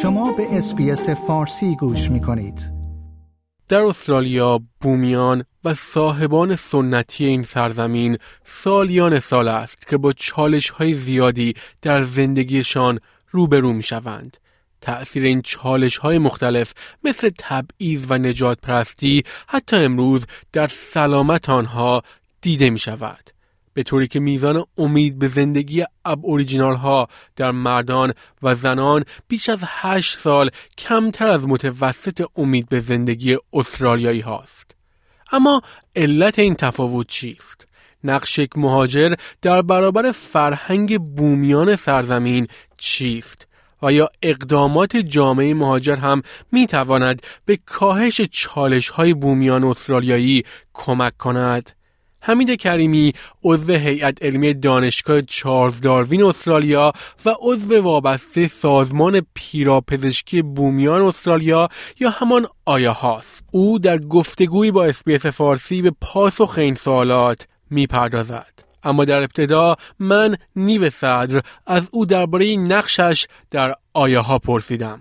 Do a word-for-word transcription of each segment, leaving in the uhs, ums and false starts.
شما به اس‌بی‌اس فارسی گوش می‌کنید. در استرالیا بومیان و صاحبان سنتی این سرزمین سالیان سال است که با چالش‌های زیادی در زندگیشان روبرو می‌شوند. تأثیر این چالش‌های مختلف مثل تبعیض و نجات پرستی حتی امروز در سلامت آنها دیده می‌شود. به طوری که میزان امید به زندگی ابوریجینال ها در مردان و زنان بیش از هشت سال کمتر از متوسط امید به زندگی استرالیایی هاست. اما علت این تفاوت چیست؟ نقش یک مهاجر در برابر فرهنگ بومیان سرزمین چیست؟ و یا اقدامات جامعه مهاجر هم می تواند به کاهش چالش های بومیان استرالیایی کمک کند؟ حمید کریمی عضو هیئت علمی دانشگاه چارلز داروین استرالیا و عضو وابسته سازمان پیراپزشکی بومیان استرالیا یا همان آیا هاست. او در گفتگویی با اس‌بی‌اس فارسی به پاسخ این سوالات می‌پردازد. اما در ابتدا من نیو صدر از او درباره نقشش در آیا ها پرسیدم.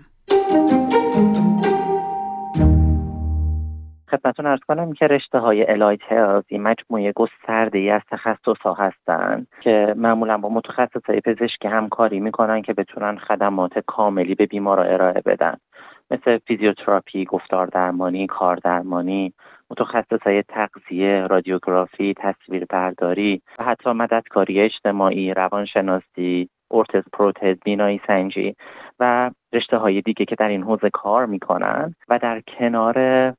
خدمتتون عرض کنم که رشته های الایت هلت این مجموعه گسترده‌ای از تخصص‌ها هستند که معمولا با متخصصای پزشکی همکاری میکنن که بتونن خدمات کاملی به بیمارا ارائه بدن، مثل فیزیوتراپی، گفتار درمانی، کار درمانی، متخصصای تغذیه، رادیوگرافی، تصویربرداری و حتی مددکاری اجتماعی، روانشناسی، ارتز پروتز، بینایی سنجی و رشته های دیگه که در این حوزه کار میکنن و در کنار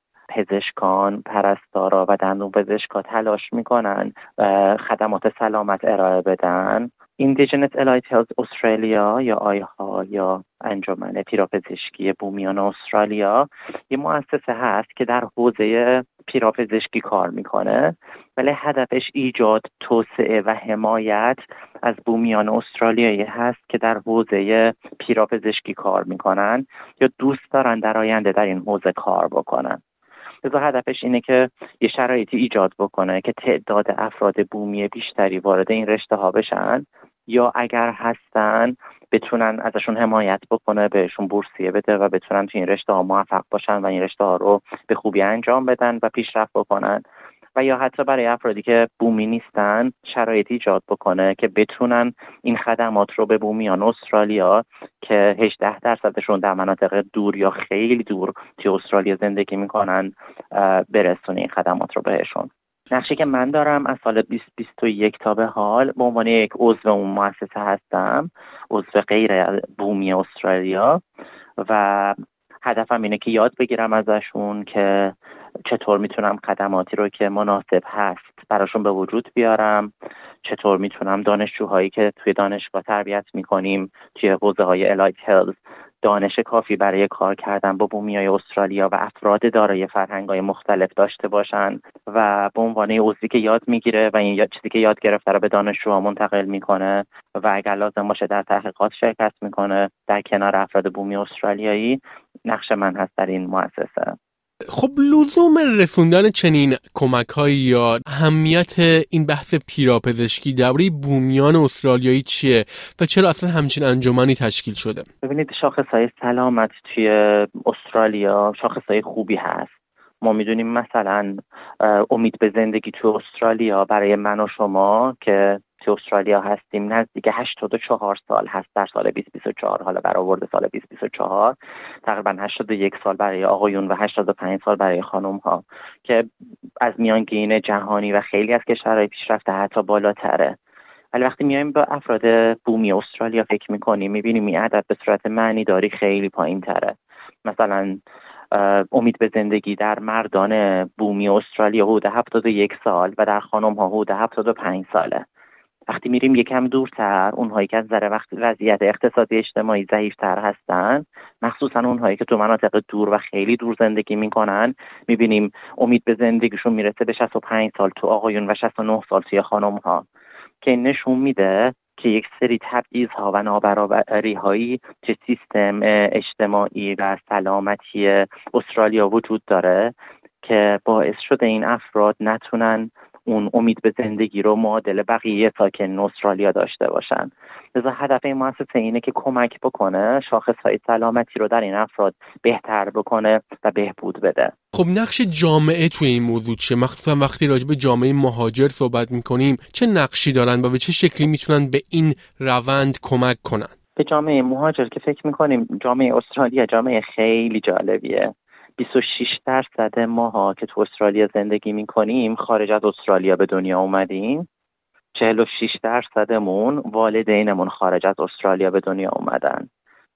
پزشکان، پرستارا و دندون پزشکا تلاش میکنن خدمات سلامت ارائه بدن. Indigenous Allied Health Australia یا آیها یا انجمن پیراپزشکی بومیان استرالیا یه مؤسسه هست که در حوزه پیراپزشکی کار میکنه، ولی هدفش ایجاد، توسعه و حمایت از بومیان استرالیایی هست که در حوزه پیراپزشکی کار میکنن یا دوست دارن در آینده در این حوزه کار بکنن. لذا هدفش اینه که یه شرایطی ایجاد بکنه که تعداد افراد بومی بیشتری وارد این رشته ها بشن یا اگر هستن بتونن ازشون حمایت بکنه، بهشون بورسیه بده و بتونن تو این رشته ها موفق باشن و این رشته ها رو به خوبی انجام بدن و پیشرفت بکنن. و یا حتی برای افرادی که بومی نیستن شرایطی ایجاد بکنه که بتونن این خدمات رو به بومیان استرالیا که هجده درصدشون در مناطق دور یا خیلی دور توی استرالیا زندگی میکنن برسونه این خدمات رو بهشون. نقشی که من دارم از سال بیست بیست و یک تا به حال به عنوان یک عضو اون مؤسسه هستم، عضو غیر بومی استرالیا، و هدفم اینه که یاد بگیرم ازشون که چطور میتونم خدماتی رو که مناسب هست براشون به وجود بیارم، چطور میتونم دانشجوهایی که توی دانشگاه تربیت میکنیم توی حوزه های الایت هلت دانش کافی برای کار کردن با بومیای استرالیا و افراد دارای فرهنگ‌های مختلف داشته باشن و به عنوان عضوی که یاد میگیره و این چیزی که یاد گرفته رو به دانشجوها منتقل میکنه و اگر لازم باشه در تحقیقات شرکت میکنه در کنار افراد بومی استرالیایی. نقش من هست در این مؤسسه. خب لزوم رسوندن چنین کمک‌هایی یا اهمیت این بحث پیراپزشکی درباره بومیان استرالیایی چیه و چرا اصلا همچین انجمنی تشکیل شده؟ ببینید شاخص‌های سلامت توی استرالیا شاخص‌های خوبی هست. ما میدونیم مثلا امید به زندگی تو استرالیا برای من و شما که تو استرالیا هستیم نزدیک هشتاد و چهار سال هست در سال بیست بیست و چهار. حالا برآورد سال بیست بیست و چهار تقریبا هشتاد و یک سال برای آقایون و هشتاد و پنج سال برای خانم ها که از میانگین جهانی و خیلی از کشورهای پیشرفته حتی بالاتره. ولی وقتی میایم به افراد بومی استرالیا فکر میکنیم میبینیم این عدد به صورت معنی داری خیلی پایین تره. مثلا امید به زندگی در مردان بومی استرالیا حدود هفتاد و یک سال و در خانم ها حدود هفتاد و پنج ساله. وقتی میریم یکم دورتر، اونهایی که از نظر وقت وضعیت اقتصادی اجتماعی ضعیفتر هستن، مخصوصا اونهایی که تو مناطق دور و خیلی دور زندگی میکنن، میبینیم امید به زندگیشون میرسه به شصت و پنج سال تو آقایون و شصت و نه سال توی خانم ها، که نشون میده که یک سری تبعیض‌ها و نابرابری‌هایی که سیستم اجتماعی و سلامتی استرالیا وجود داره که باعث شده این افراد نتونن اون امید به زندگی رو معادل بقیه ساکن استرالیا داشته باشن. لذا هدف این مؤسسه اینه که کمک بکنه شاخصهای سلامتی رو در این افراد بهتر بکنه و بهبود بده. خب نقش جامعه توی این موضوع چه؟ مخصوصا وقتی راجع به جامعه مهاجر صحبت میکنیم چه نقشی دارن و به چه شکلی میتونن به این روند کمک کنن؟ به جامعه مهاجر که فکر میکنیم جامعه استرالیا جامعه خیلی جالبیه. بیست و شش درصد ماها که تو استرالیا زندگی میکنیم خارج از استرالیا به دنیا اومدیم. چهل و شش درصدمون والدینمون خارج از استرالیا به دنیا اومدن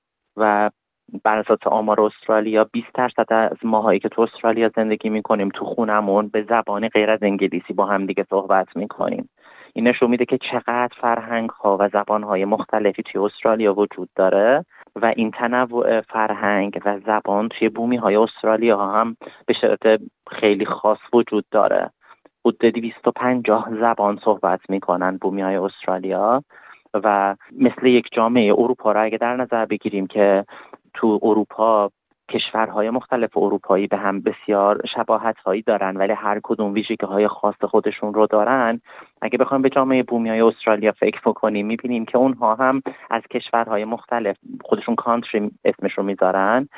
و بر اساس آمار استرالیا بیست درصد از ماهایی که تو استرالیا زندگی میکنیم تو خونمون به زبان غیر از انگلیسی با هم دیگه صحبت میکنیم. این نشون میده که چقدر فرهنگ ها و زبان های مختلفی توی استرالیا وجود داره و این تنوع فرهنگ و زبان توی بومی های استرالیا ها هم به شرط خیلی خاص وجود داره. حدود دویست و پنجاه زبان صحبت میکنن بومی های استرالیا و مثل یک جامعه اروپا را اگه در نظر بگیریم که تو اروپا کشورهای مختلف اروپایی به هم بسیار شباهت‌هایی دارن ولی هر کدوم ویژگی‌های خاص خودشون رو دارن. اگه بخوایم به جامعه بومیای استرالیا فکر بکنیم می‌بینیم که اونها هم از کشورهای مختلف خودشون کانتری اسمش رو میذارن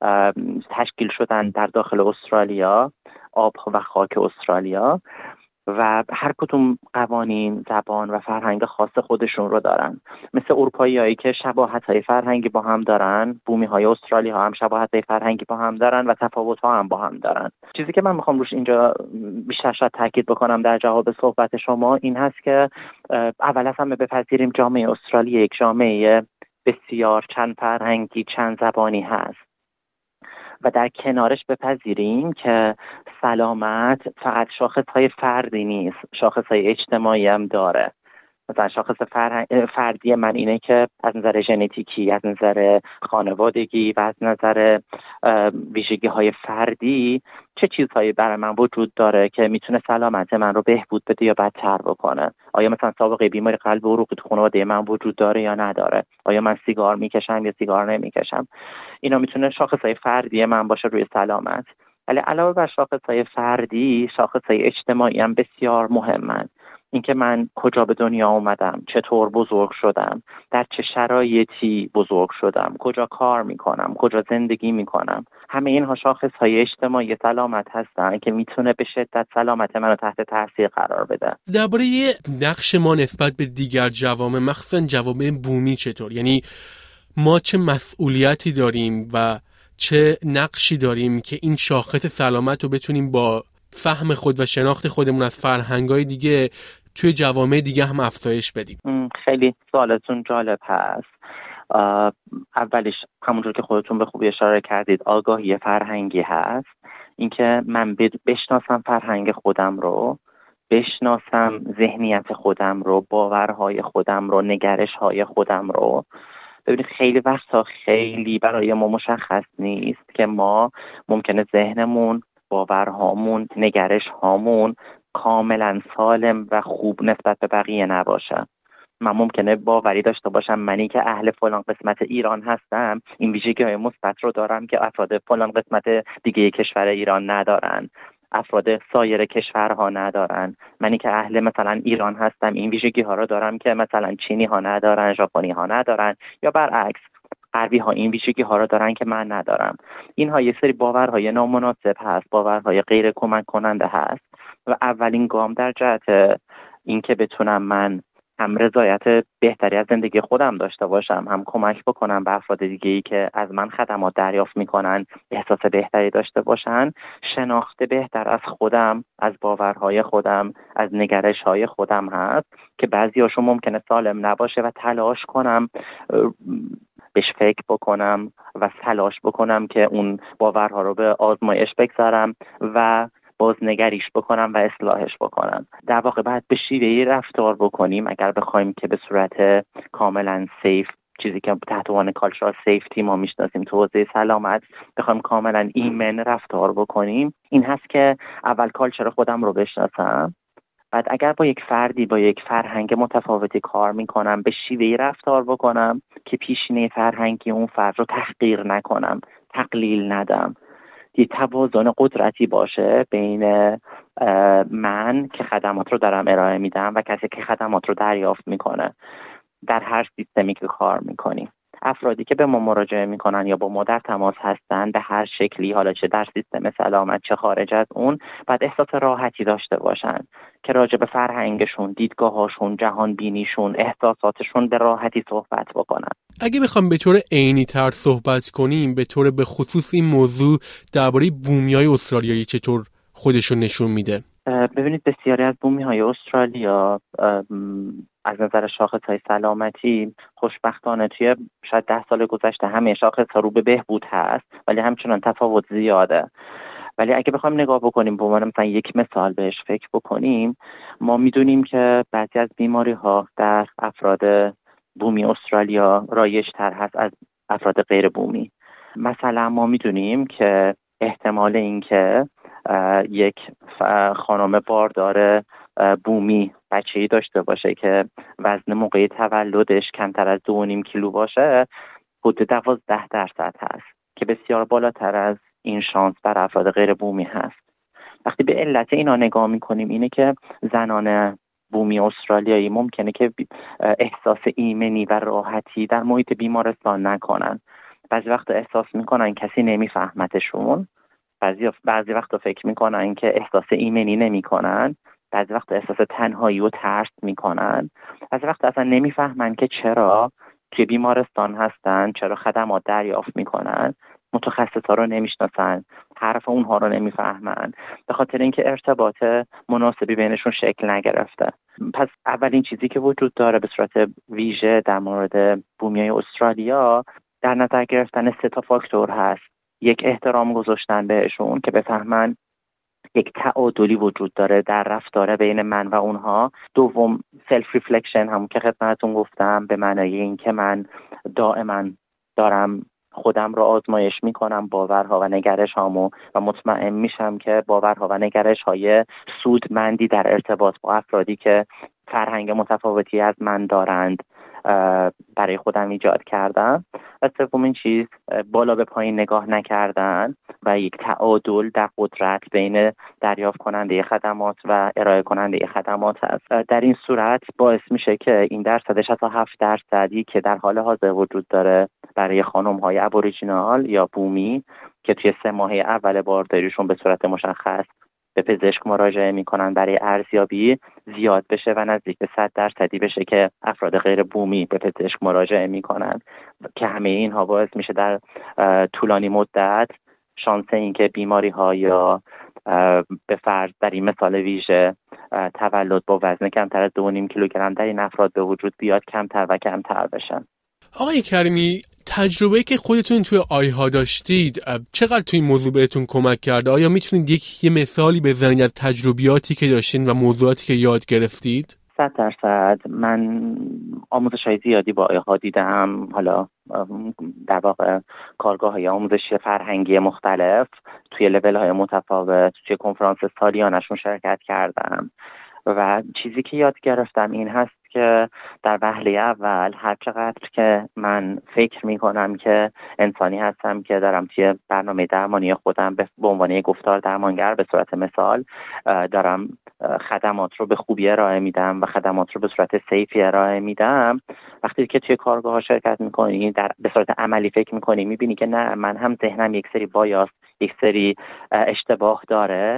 تشکیل شدن در داخل استرالیا، آب و خاک استرالیا و هر کدوم قوانین، زبان و فرهنگ خاص خودشون رو دارن. مثل اروپاییایی که شباهت‌های فرهنگی با هم دارن، بومی‌های استرالیا هم شباهت‌های فرهنگی با هم دارن و تفاوت‌ها هم با هم دارن. چیزی که من می‌خوام روش اینجا بیشتر شاید تاکید بکنم در جواب صحبت شما این هست که اول از همه بپذیریم جامعه استرالیا یک جامعه بسیار چند فرهنگی، چند زبانی هست. و در کنارش بپذیریم که سلامت فقط شاخصهای فردی نیست، شاخصهای اجتماعی هم داره. مثلا شاخص فردی من اینه که از نظر ژنتیکی، از نظر خانوادگی و از نظر ویژگی های فردی چه چیزهایی برای من وجود داره که میتونه سلامت من رو بهبود بده یا بدتر بکنه. آیا مثلا سابقه بیماری قلب و عروقی تو خانواده من وجود داره یا نداره؟ آیا من سیگار میکشم یا سیگار نمیکشم؟ اینا میتونه شاخصهای فردی من باشه روی سلامت. ولی علاوه بر شاخصهای فردی، شاخصهای اجتماعی هم بسیار مهمن. اینکه من کجا به دنیا اومدم، چطور بزرگ شدم، در چه شرایطی بزرگ شدم، کجا کار میکنم، کجا زندگی میکنم، همه اینها شاخصهای اجتماعی سلامت هستن که میتونه به شدت سلامت منو تحت تاثیر قرار بده. درباره نقش ما نسبت به دیگر جوامع، مخصوصا جوامع بومی چطور؟ یعنی ما چه مسئولیتی داریم و چه نقشی داریم که این شاخص سلامت رو بتونیم با فهم خود و شناخت خودمون از فرهنگ‌های دیگه توی جوامع دیگه هم افزایش بدیم؟ خیلی سوالتون جالب هست. اولیش همونجور که خودتون به خوبی اشاره کردید آگاهی فرهنگی هست. اینکه من بشناسم فرهنگ خودم رو، بشناسم ذهنیت خودم رو، باورهای خودم رو، نگرش‌های خودم رو. ببینید خیلی وقتا خیلی برای ما مشخص نیست که ما ممکنه ذهنمون، باورهامون، نگرش‌هامون کاملا سالم و خوب نسبت به بقیه نباشه. من ممکنه باوری داشته باشم منی که اهل فلان قسمت ایران هستم این ویژگی‌های مثبت رو دارم که افراد فلان قسمت دیگه کشور ایران ندارن، افراد سایر کشورها ندارن. منی که اهل مثلا ایران هستم این ویژگی‌ها رو دارم که مثلا چینی ها ندارن، ژاپنی ها ندارن، یا برعکس غربی ها این ویژگی ها رو دارن که من ندارم. اینها یه سری باورهای نامناسب هست، باورهای غیر کمک کننده هست و اولین گام در جهت اینکه بتونم من هم رضایت بهتری از زندگی خودم داشته باشم، هم کمک بکنم به افراد دیگه‌ای که از من خدمات دریافت میکنن احساس بهتری داشته باشن، شناخت بهتر از خودم، از باورهای خودم، از نگرش‌های خودم هست که بعضی‌هاشون ممکنه سالم نباشه و تلاش کنم بهش فکر بکنم و تلاش بکنم که اون باورها رو به آزمایش بگذارم و بازنگریش بکنم و اصلاحش بکنم. در واقع باید به شیوهی رفتار بکنیم اگر بخوایم که به صورت کاملا سیف، چیزی که تحت عنوان کالچرال سیفتی ما میشناسیم تو حوزه سلامت، بخوایم کاملا ایمن رفتار بکنیم، این هست که اول کالچر خودم رو بشناسم. بعد اگر با یک فردی با یک فرهنگ متفاوتی کار میکنم به شیوهی رفتار بکنم که پیشینه فرهنگی اون فرد رو تحقیر نکنم، تقلیل ندم، یه توازن قدرتی باشه بین من که خدمات رو دارم ارائه میدم و کسی که خدمات رو دریافت میکنه در هر سیستمی که کار میکنیم. افرادی که به ما مراجعه میکنن یا با ما در تماس هستن به هر شکلی، حالا چه در سیستم سلامت چه خارج از اون، باید احساس راحتی داشته باشن که راجع به فرهنگشون، دیدگاهاشون، جهان بینیشون، احساساتشون به راحتی صحبت بکنن. اگه بخوام به طور عینی تر صحبت کنیم، به طور به خصوص این موضوع درباره بومیای استرالیایی چطور خودشون نشون میده؟ ببینید بسیاری از بومی‌های استرالیا از نظر شاخص‌های سلامتی خوشبختانه توی شاید ده سال گذشته همه شاخص‌ها رو به بهبود هست، ولی همچنان تفاوت زیاده. ولی اگه بخوایم نگاه بکنیم، به عنوان مثلا یک مثال بهش فکر بکنیم، ما میدونیم که بعضی از بیماری‌ها در افراد بومی استرالیا رایج‌تر هست از افراد غیر بومی. مثلا ما میدونیم که احتمال اینکه یک خانم باردار بومی بچه‌ای داشته باشه که وزن موقع تولدش کمتر از دو و نیم کیلو باشه حدود دوازده درصد هست که بسیار بالاتر از این شانس بر افراد غیر بومی هست. وقتی به علت اینا نگاه میکنیم اینه که زنان بومی استرالیایی ممکنه که احساس ایمنی و راحتی در محیط بیمارستان نکنن. بعضی وقت احساس میکنن کسی نمیفهمتشون، بعضی بعضی وقت فکر میکنن که احساس ایمنی نمیکنن، بعضی وقت احساس تنهایی و ترس میکنن، بعضی وقت اصلا نمیفهمن که چرا توی بیمارستان هستن، چرا خدمات دریافت میکنن، متخصصا رو نمیشناسن، حرف اونها رو نمیفهمن، به خاطر اینکه ارتباط مناسبی بینشون شکل نگرفته. پس اولین چیزی که وجود داره به صورت ویژه در مورد بومیای استرالیا در نظر گرفتن سه تا فاکتور هست. یک، احترام گذاشتن بهشون که بفهمن یک تعادلی وجود داره در رفتار بین من و اونها. دوم، سلف ریفلکشن، همون که خدمتتون گفتم، به معنای این که من دائما دارم خودم رو آزمایش میکنم، باورها و نگرش هامو، و مطمئن میشم که باورها و نگرش های سودمندی در ارتباط با افرادی که فرهنگ متفاوتی از من دارند برای خودم ایجاد کردم. و سومین چیز، بالا به پایین نگاه نکردن و یک تعادل در قدرت بین دریافت کننده خدمات و ارائه کننده خدمات هست. در این صورت باعث میشه که این درصدش حتی هفت درصدی که در حال حاضر وجود داره برای خانم های ابوریجینال یا بومی که توی سه ماه اول بارداریشون به صورت مشخص به پزشک مراجعه میکنن برای ارزیابی زیاد بشه و نزدیک به صد درصدی بشه که افراد غیر بومی به پزشک مراجعه میکنن، که همه اینها باعث میشه در طولانی مدت شانس این که بیماری ها یا به فرض در این مثال ویژه تولد با وزن کمتر از دو و نیم کیلوگرم در این افراد به وجود بیاد کمتر و کمتر بشن. آقای کریمی، تجربه‌ای که خودتون توی آیها داشتید چقدر توی این موضوع بهتون کمک کرده؟ آیا میتونید یک یه مثالی بزنید از تجربیاتی که داشتین و موضوعاتی که یاد گرفتید؟ صد درصد. من آموزش‌های زیادی با آیها دیدم، حالا در واقع کارگاه‌های آموزشی فرهنگی مختلف توی لول‌های متفاوت، توی کنفرانس سالیانشون شرکت کردم و چیزی که یاد گرفتم این هست که در وهله اول هر چقدر که من فکر می کنم که انسانی هستم که دارم توی برنامه درمانی خودم به عنوان گفتار درمانگر به صورت مثال دارم خدمات رو به خوبی ارائه میدم و خدمات رو به صورت سیفی ارائه میدم، وقتی که توی کارگاه ها شرکت میکنی در به صورت عملی فکر میکنی میبینی که نه، من هم ذهنم یک سری بایاس، یک سری اشتباه داره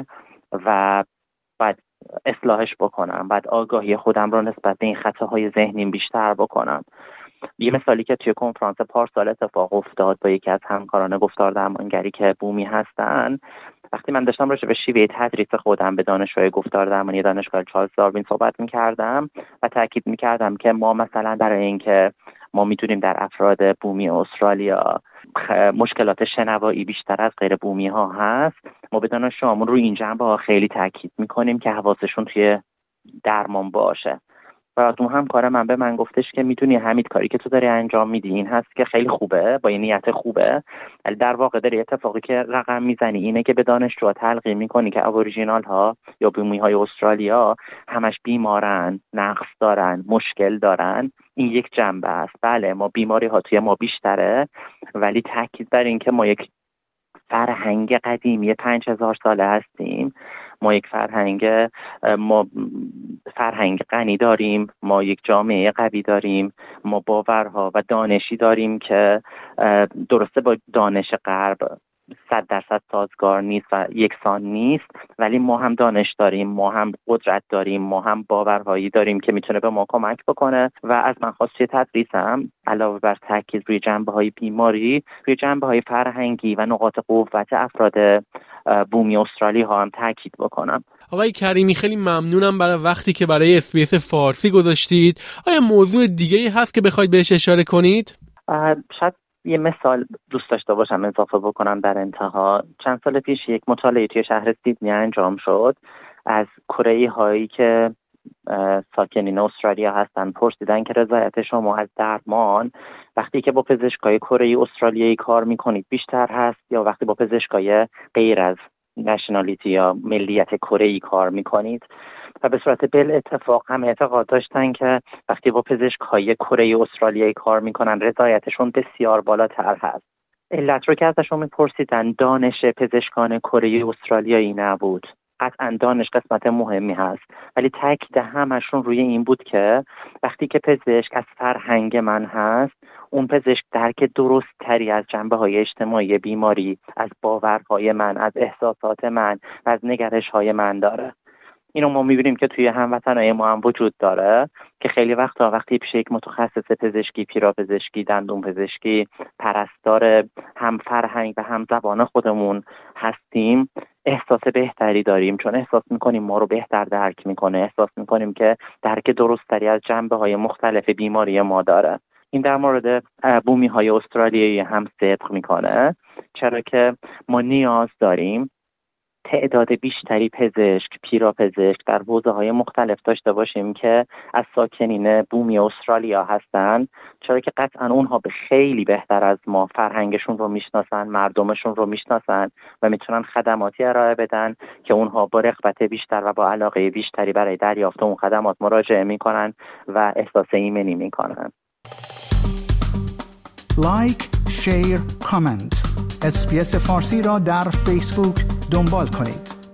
و بعد اصلاحش بکنم، بعد آگاهی خودم رو نسبت به این خطاهای ذهنیم بیشتر بکنم. یه مثالی که توی کنفرانس پارسال اتفاق افتاد با یکی از همکاران گفتار درمانگری که بومی هستن، وقتی من داشتم راجع به شیوه تدریس خودم به دانشجوی گفتار درمانی دانشگاه چارلز داروین صحبت می‌کردم و تاکید می‌کردم که ما مثلا برای اینکه ما می‌دونیم در افراد بومی استرالیا مشکلات شنوایی بیشتر از غیر بومی ها هست، ما به دانشجوامون روی این جنبه ها خیلی تاکید میکنیم که حواسشون توی درمان باشه. و اون همکار من به من گفتش که میدونی حمید، کاری که تو داری انجام میدی این هست که خیلی خوبه، با این نیت خوبه، ولی در واقع داری اتفاقی که رقم میزنی اینه که به دانشجوها تلقین میکنی که ابوریجینال ها یا بومی های استرالیا همش بیمارن، نقص دارن، مشکل دارن. این یک جنبه است. بله، ما بیماری ها توی ما بیشتره، ولی تاکید بر این که ما یک فرهنگ قدیمی پنج هزار ساله هستیم ما یک فرهنگ ما فرهنگ غنی داریم، ما یک جامعه قوی داریم، ما باورها و دانشی داریم که درسته با دانش غرب صد درصد سازگار نیست و یکسان نیست، ولی ما هم دانش داریم، ما هم قدرت داریم، ما هم باورهایی داریم که میتونه به ما کمک بکنه. و از من خواست توی تدریسم علاوه بر تاکید روی جنبه‌های بیماری، روی جنبه‌های فرهنگی و نقاط قوت افراد بومی استرالیا ها هم تاکید بکنم. آقای کریمی خیلی ممنونم برای وقتی که برای اس بی اس فارسی گذاشتید. آیا موضوع دیگه‌ای هست که بخواید بهش اشاره کنید؟ شاید یه مثال دوست داشته باشم اضافه بکنم در انتها. چند سال پیش یک مطالعه توی شهر سیدنی انجام شد. از کره‌ای هایی که ساکنین استرالیا هستن پرسیدن که رضایت شما از درمان وقتی که با پزشکای کره‌ای استرالیایی کار میکنید بیشتر هست یا وقتی با پزشکای غیر از نشنالیتی یا ملیت کره‌ای کار میکنید؟ و به صورت بل اتفاق هم اعتقاد داشتن که وقتی با پزشک‌های کره استرالیایی کار میکنن رضایتشون بسیار بالاتر هست. علت رو که ازشون میپرسیدن دانش پزشکان کره استرالیایی نبود. قطعا دانش قسمت مهمی هست، ولی تاکید همشون روی این بود که وقتی که پزشک از فرهنگ من هست، اون پزشک درک درست تری از جنبه‌های اجتماعی بیماری، از باورهای من، از احساسات من و از نگرش‌های من داره. اینو ما می‌بینیم که توی هموطنای ما هم وجود داره که خیلی وقتا وقتی پیش یک متخصص پزشکی، پیراپزشکی، دندون پزشکی، پرستار هم فرهنگ و هم زبان خودمون هستیم، احساس بهتری داریم، چون احساس می‌کنیم ما رو بهتر درک می‌کنه، احساس می‌کنیم که درک درست‌تری از جنبه‌های مختلف بیماری ما داره. این در مورد بومی‌های استرالیایی هم صدق می‌کنه، چرا که ما نیاز داریم تعداد بیشتری پزشک، پیراپزشک در حوزه‌های مختلف داشته باشیم که از ساکنین بومی استرالیا هستن، چرا که قطعاً اونها به خیلی بهتر از ما فرهنگشون رو میشناسن، مردمشون رو میشناسن و میتونن خدماتی ارائه بدن که اونها با رغبت بیشتر و با علاقه بیشتری برای دریافت اون خدمات مراجعه میکنن و احساس ایمنی میکنن. لایک، شیر، کامنت. اس بی اس فارسی را در فیسبوک دنبال کنید.